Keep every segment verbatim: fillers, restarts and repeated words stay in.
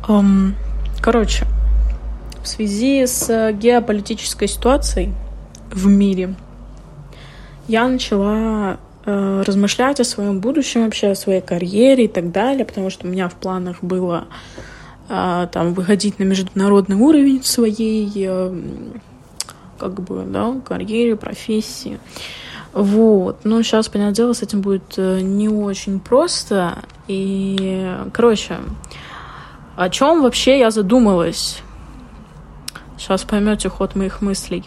Um, короче, в связи с геополитической ситуацией в мире я начала э, размышлять о своем будущем, вообще о своей карьере и так далее, потому что у меня в планах было э, там выходить на международный уровень в своей э, как бы, да, карьере, профессии. Вот. Но сейчас, понятное дело, с этим будет не очень просто. И, короче, о чем вообще я задумалась? Сейчас поймете ход моих мыслей.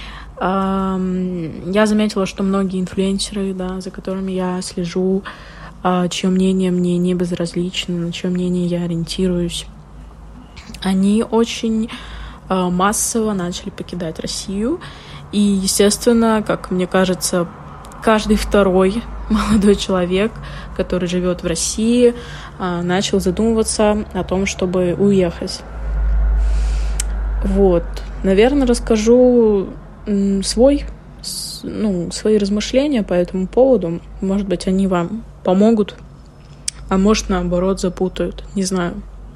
Я заметила, что многие инфлюенсеры, да, за которыми я слежу, чье мнение мне не безразлично, на чье мнение я ориентируюсь, они очень массово начали покидать Россию. И, естественно, как мне кажется, каждый второй молодой человек, который живет в России, начал задумываться о том, чтобы уехать. Вот. Наверное, расскажу свой, ну, свои размышления по этому поводу. Может быть, они вам помогут, а может, наоборот, запутают. Не знаю.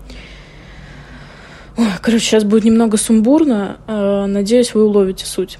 Ой, короче, сейчас будет немного сумбурно. Надеюсь, вы уловите суть.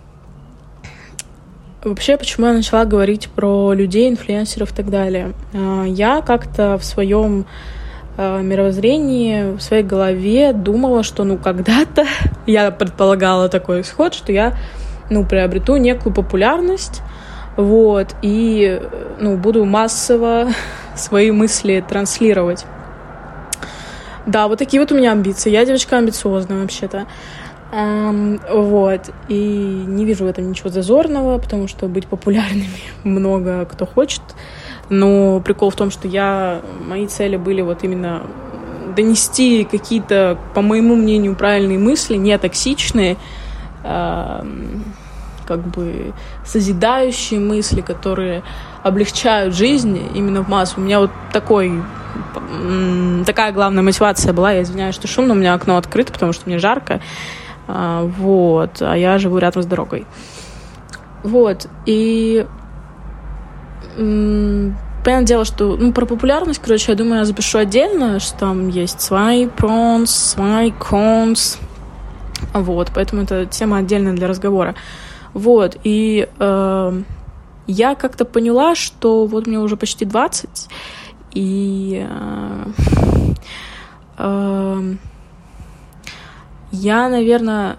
Вообще, почему я начала говорить про людей, инфлюенсеров и так далее? Я как-то в своем мировоззрении, в своей голове думала, что, ну, когда-то я предполагала такой исход, что я, ну, приобрету некую популярность, вот, и, ну, буду массово свои мысли транслировать. Да, вот такие вот у меня амбиции. Я девочка амбициозная вообще-то. Um, вот. И не вижу в этом ничего зазорного, потому что быть популярными много кто хочет. Но прикол в том, что я... Мои цели были вот именно донести какие-то, по моему мнению, правильные мысли, не токсичные, uh, как бы созидающие мысли, которые облегчают жизнь именно в массу. У меня вот такой... Такая главная мотивация была. Я извиняюсь, что шумно, у меня окно открыто, потому что мне жарко. Вот, а я живу рядом с дорогой. Вот, и м- понятное дело, что, ну, про популярность, короче, я думаю, я запишу отдельно, что там есть свои pros, свои cons. Вот, поэтому это тема отдельная для разговора. Вот, и э- я как-то поняла, что вот мне уже почти двадцать, и э- э- я, наверное,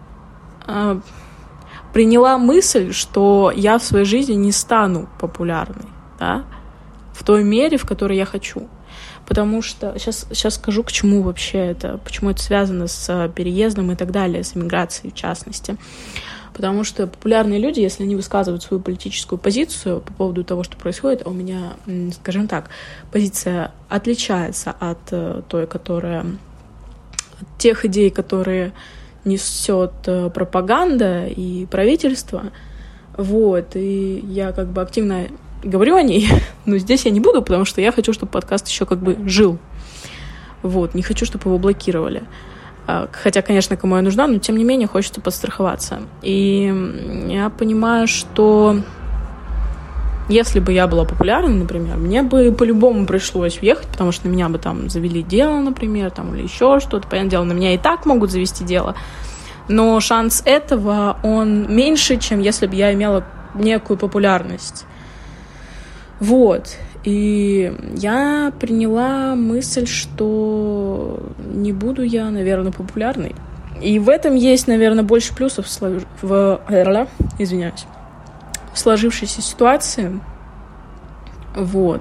приняла мысль, что я в своей жизни не стану популярной, да, в той мере, в которой я хочу. Потому что... Сейчас, сейчас скажу, к чему вообще это, почему это связано с переездом и так далее, с эмиграцией в частности. Потому что популярные люди, если они высказывают свою политическую позицию по поводу того, что происходит, а у меня, скажем так, позиция отличается от той, которая... тех идей, которые несет пропаганда и правительство. Вот, и я как бы активно говорю о ней, но здесь я не буду, потому что я хочу, чтобы подкаст еще как бы жил. Вот, не хочу, чтобы его блокировали. Хотя, конечно, кому я нужна, но тем не менее хочется подстраховаться. И я понимаю, что если бы я была популярной, например, мне бы по-любому пришлось уехать, потому что на меня бы там завели дело, например, там, или еще что-то. Понятное дело, на меня и так могут завести дело. Но шанс этого, он меньше, чем если бы я имела некую популярность. Вот. И я приняла мысль, что не буду я, наверное, популярной. И в этом есть, наверное, больше плюсов в... Извиняюсь. В сложившейся ситуации. Вот.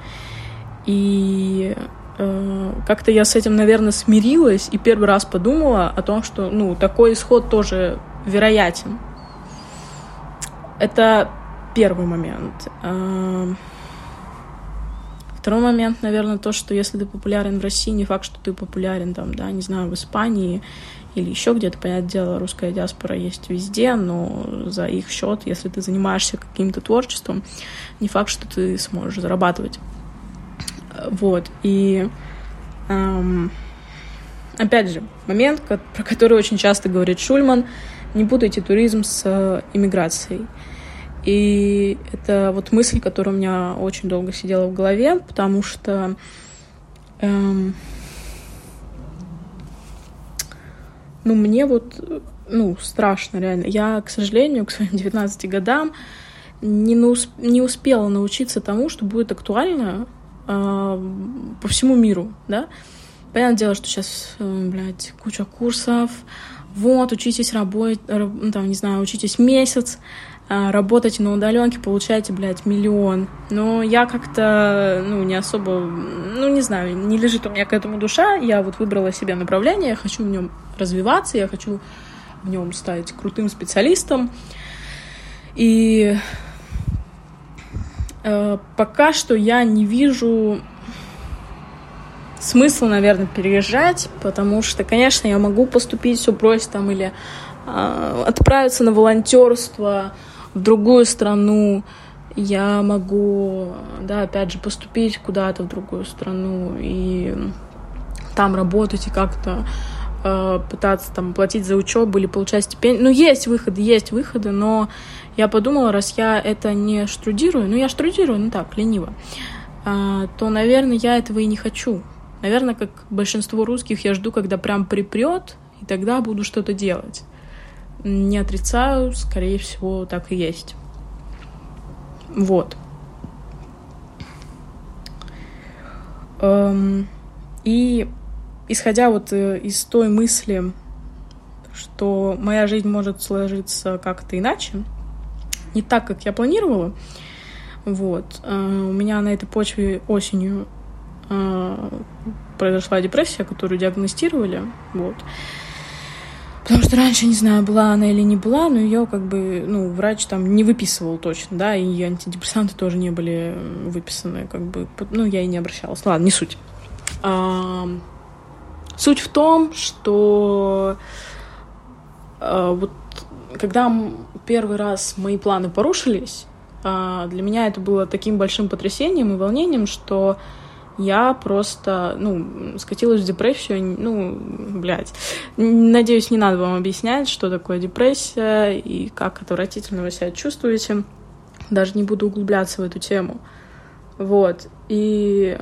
И э, как-то я с этим, наверное, смирилась и первый раз подумала о том, что, ну, такой исход тоже вероятен. Это первый момент. Э, второй момент, наверное, то, что если ты популярен в России, не факт, что ты популярен там, да, не знаю, в Испании или еще где-то. Понятное дело, русская диаспора есть везде, но за их счет, если ты занимаешься каким-то творчеством, не факт, что ты сможешь зарабатывать. Вот. И эм, опять же, момент, про который очень часто говорит Шульман: не путайте туризм с иммиграцией. И это вот мысль, которая у меня очень долго сидела в голове, потому что эм, ну, мне вот, ну, страшно, реально. Я, к сожалению, к своим девятнадцати годам не, наус... не успела научиться тому, что будет актуально э, по всему миру, да. Понятное дело, что сейчас, э, блядь, куча курсов, вот, учитесь работать, ну, там, не знаю, учитесь месяц, э, работайте на удаленке, получаете, блядь, миллион. Но я как-то, ну, не особо, ну, не знаю, не лежит у меня к этому душа. Я вот выбрала себе направление, я хочу в нем развиваться, я хочу в нем стать крутым специалистом. И э, пока что я не вижу смысла, наверное, переезжать, потому что, конечно, я могу поступить все бросить там или э, отправиться на волонтерство в другую страну. Я могу, да, опять же, поступить куда-то в другую страну и там работать и как-то э, пытаться там платить за учебу или получать стипендию. Ну, есть выходы, есть выходы, но я подумала, раз я это не штрудирую, ну, я штрудирую, ну, так, лениво, э, то, наверное, я этого и не хочу. Наверное, как большинство русских, я жду, когда прям припрет, и тогда буду что-то делать. Не отрицаю, скорее всего, так и есть. Вот. Эм, и исходя вот из той мысли, что моя жизнь может сложиться как-то иначе, не так, как я планировала, вот, э, у меня на этой почве осенью э, произошла депрессия, которую диагностировали, вот. Потому что раньше, не знаю, была она или не была, но ее как бы, ну, врач там не выписывал точно, да, и антидепрессанты тоже не были выписаны, как бы, ну, я и не обращалась. Ладно, не суть. А, суть в том, что а, вот когда первый раз мои планы порушились, а, для меня это было таким большим потрясением и волнением, что я просто, ну, скатилась в депрессию, ну, блядь. Надеюсь, не надо вам объяснять, что такое депрессия и как отвратительно вы себя чувствуете. Даже не буду углубляться в эту тему. Вот. И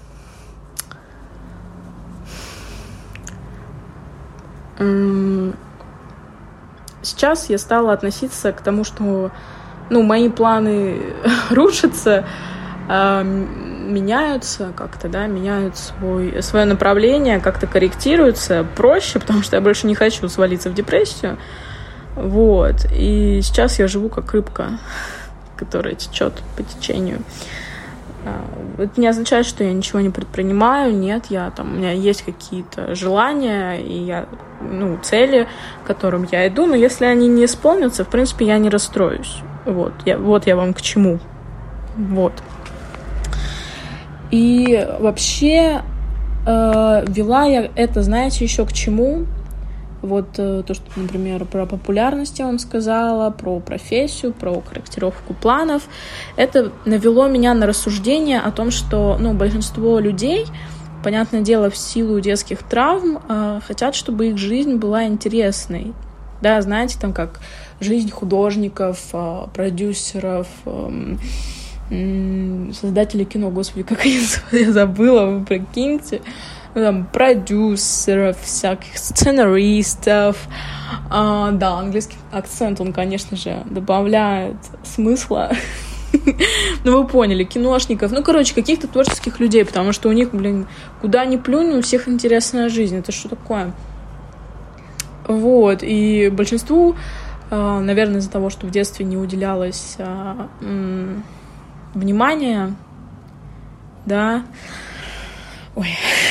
сейчас я стала относиться к тому, что, ну, мои планы рушатся, меняются как-то, да, меняют свой, свое направление, как-то корректируются проще, потому что я больше не хочу свалиться в депрессию. Вот. И сейчас я живу как рыбка, которая течет по течению. Это не означает, что я ничего не предпринимаю. Нет, я там, у меня есть какие-то желания и я, ну, цели, к которым я иду, но если они не исполнятся, в принципе, я не расстроюсь. Вот я, вот я вам к чему. Вот. И вообще э, вела я это, знаете, еще к чему? Вот э, то, что, например, про популярность я вам сказала, про профессию, про корректировку планов. Это навело меня на рассуждение о том, что, ну, большинство людей, понятное дело, в силу детских травм, э, хотят, чтобы их жизнь была интересной. Да, знаете, там как жизнь художников, э, продюсеров, э, создатели кино, господи, как я забыла, вы прикиньте, там, продюсеров, всяких сценаристов, а, да, английский акцент, он, конечно же, добавляет смысла, ну, вы поняли, киношников, ну, короче, каких-то творческих людей, потому что у них, блин, куда ни плюнь, у всех интересная жизнь, это что такое? Вот, и большинству, наверное, из-за того, что в детстве не уделялось внимание, да, ой,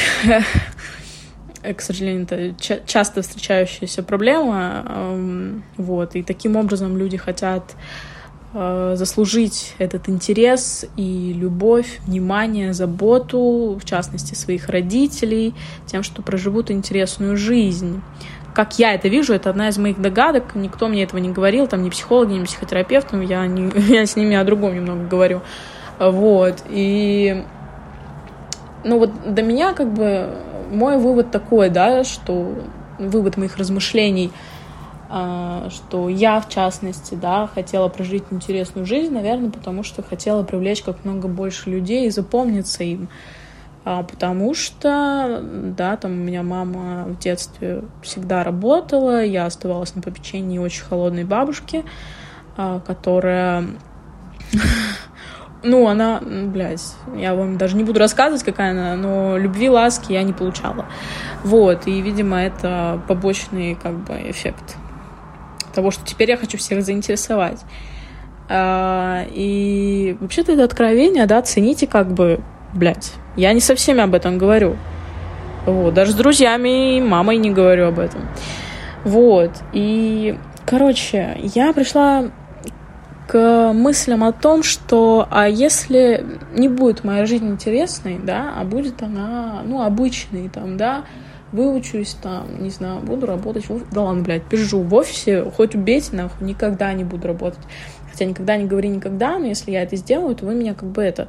к сожалению, это ча- часто встречающаяся проблема, э, вот, и таким образом люди хотят э, заслужить этот интерес и любовь, внимание, заботу, в частности, своих родителей, тем, что проживут интересную жизнь. Как я это вижу, это одна из моих догадок, никто мне этого не говорил, там ни психологи, ни психотерапевты, я, не, я с ними о другом немного говорю, вот, и, ну вот до меня как бы мой вывод такой, да, что, вывод моих размышлений, что я, в частности, да, хотела прожить интересную жизнь, наверное, потому что хотела привлечь как много больше людей и запомниться им, А, потому что, да, там у меня мама в детстве всегда работала, я оставалась на попечении очень холодной бабушки, а, которая... Ну, она, блядь, я вам даже не буду рассказывать, какая она, но любви, ласки я не получала. Вот, и, видимо, это побочный, как бы, эффект того, что теперь я хочу всех заинтересовать. А, и вообще-то это откровение, да, цените, как бы, блядь, я не со всеми об этом говорю. Вот, даже с друзьями и мамой не говорю об этом. Вот, и, короче, я пришла к мыслям о том, что а если не будет моя жизнь интересной, да, а будет она, ну, обычной, там, да, выучусь, там, не знаю, буду работать в офисе, да ладно, блядь, пизжу, в офисе, хоть убейте, нахуй, никогда не буду работать. Хотя никогда не говори никогда, но если я это сделаю, то вы меня как бы это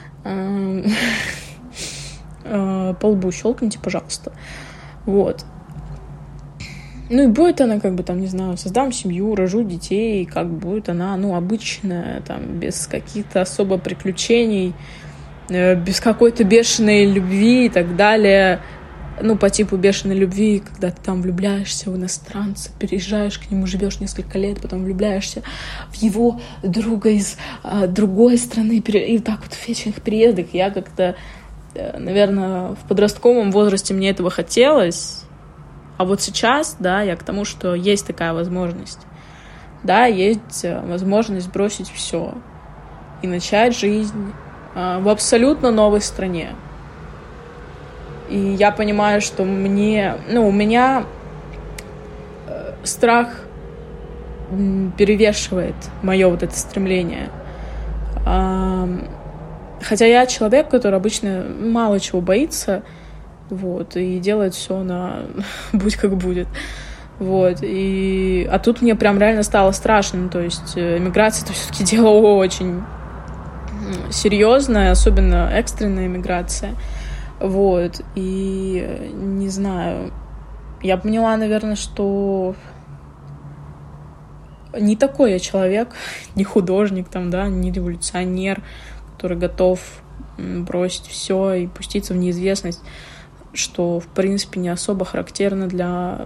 по лбу щелкните, пожалуйста. Вот. Ну и будет она, как бы, там, не знаю, создам семью, рожу детей, как будет она, ну, обычная, там, без каких-то особо приключений, без какой-то бешеной любви и так далее. Ну, по типу бешеной любви, когда ты там влюбляешься в иностранца, переезжаешь к нему, живешь несколько лет, потом влюбляешься в его друга из а, другой страны, и так вот в вечных переездах. Я как-то, наверное, в подростковом возрасте мне этого хотелось. А вот сейчас, да, я к тому, что есть такая возможность. Да, есть возможность бросить все и начать жизнь в абсолютно новой стране. И я понимаю, что мне... Ну, у меня страх перевешивает мое вот это стремление. Хотя я человек, который обычно мало чего боится, вот, и делает все на будь как будет. Вот, и... А тут мне прям реально стало страшно. То есть эмиграция — это все-таки дело очень серьезное, особенно экстренная эмиграция. Вот, и не знаю, я поняла, наверное, что не такой я человек, не художник, там, да, не революционер, который готов бросить все и пуститься в неизвестность, что, в принципе, не особо характерно для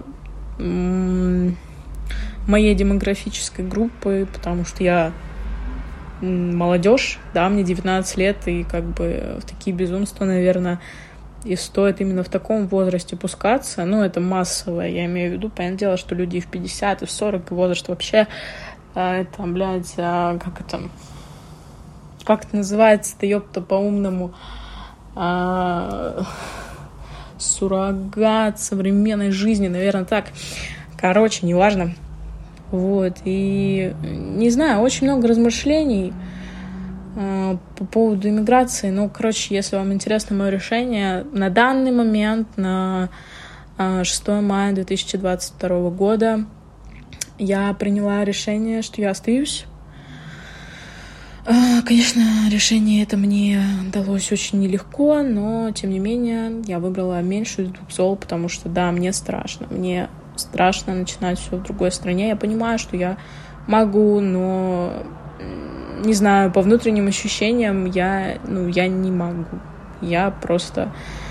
моей демографической группы, потому что я молодежь, да, мне девятнадцать лет, и как бы в такие безумства, наверное, и стоит именно в таком возрасте пускаться. Ну, это массовое, я имею в виду. Понятное дело, что люди в пятьдесят и в сорок возраст вообще, это, блядь, а, как это... Как это называется-то, ёпта, по-умному? А... Суррогат современной жизни, наверное, так. Короче, неважно. Вот, и не знаю, очень много размышлений э, по поводу иммиграции. Ну, короче, если вам интересно мое решение, на данный момент, на э, шестое мая две тысячи двадцать второго года, я приняла решение, что я остаюсь. Э, конечно, решение это мне далось очень нелегко, но, тем не менее, я выбрала меньшую из двух зол, потому что, да, мне страшно, мне страшно начинать все в другой стране. Я понимаю, что я могу, но, не знаю, по внутренним ощущениям я, ну, я не могу. Я просто...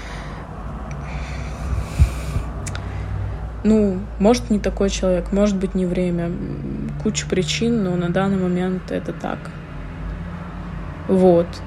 Ну, может, не такой человек, может быть, не время. Куча причин, но на данный момент это так. Вот.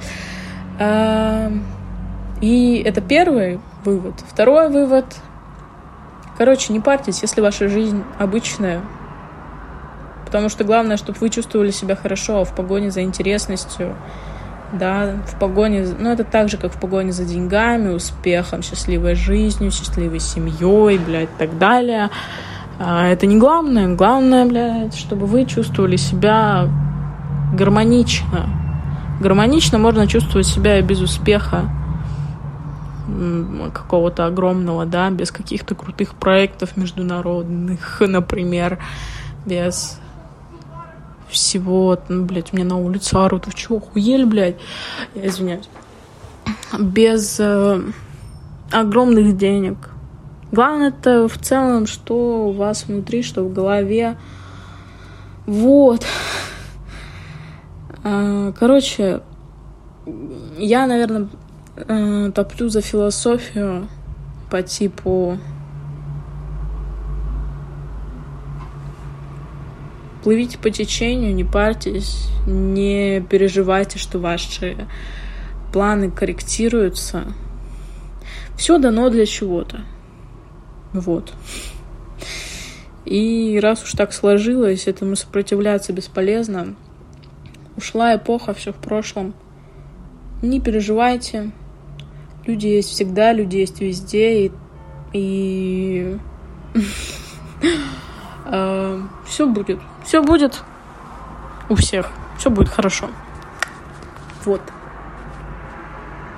И это первый вывод. Второй вывод... Короче, не парьтесь, если ваша жизнь обычная, потому что главное, чтобы вы чувствовали себя хорошо в погоне за интересностью, да, в погоне, ну, это так же, как в погоне за деньгами, успехом, счастливой жизнью, счастливой семьей, блядь, и так далее. Это не главное. Главное, блядь, чтобы вы чувствовали себя гармонично. Гармонично можно чувствовать себя и без успеха какого-то огромного, да, без каких-то крутых проектов международных, например, без всего, ну, блядь, у меня на улице орут, вы чего, охуели, блядь, я извиняюсь, без э, огромных денег. Главное это в целом, что у вас внутри, что в голове, вот. Короче, я, наверное, э, топлю за философию по типу плывите по течению, не парьтесь, не переживайте, что ваши планы корректируются. Все дано для чего-то. Вот. И раз уж так сложилось, этому сопротивляться бесполезно. Ушла эпоха, все в прошлом. Не переживайте. Люди есть всегда, люди есть везде. И, и... все будет. Все будет у всех. Все будет хорошо. Вот.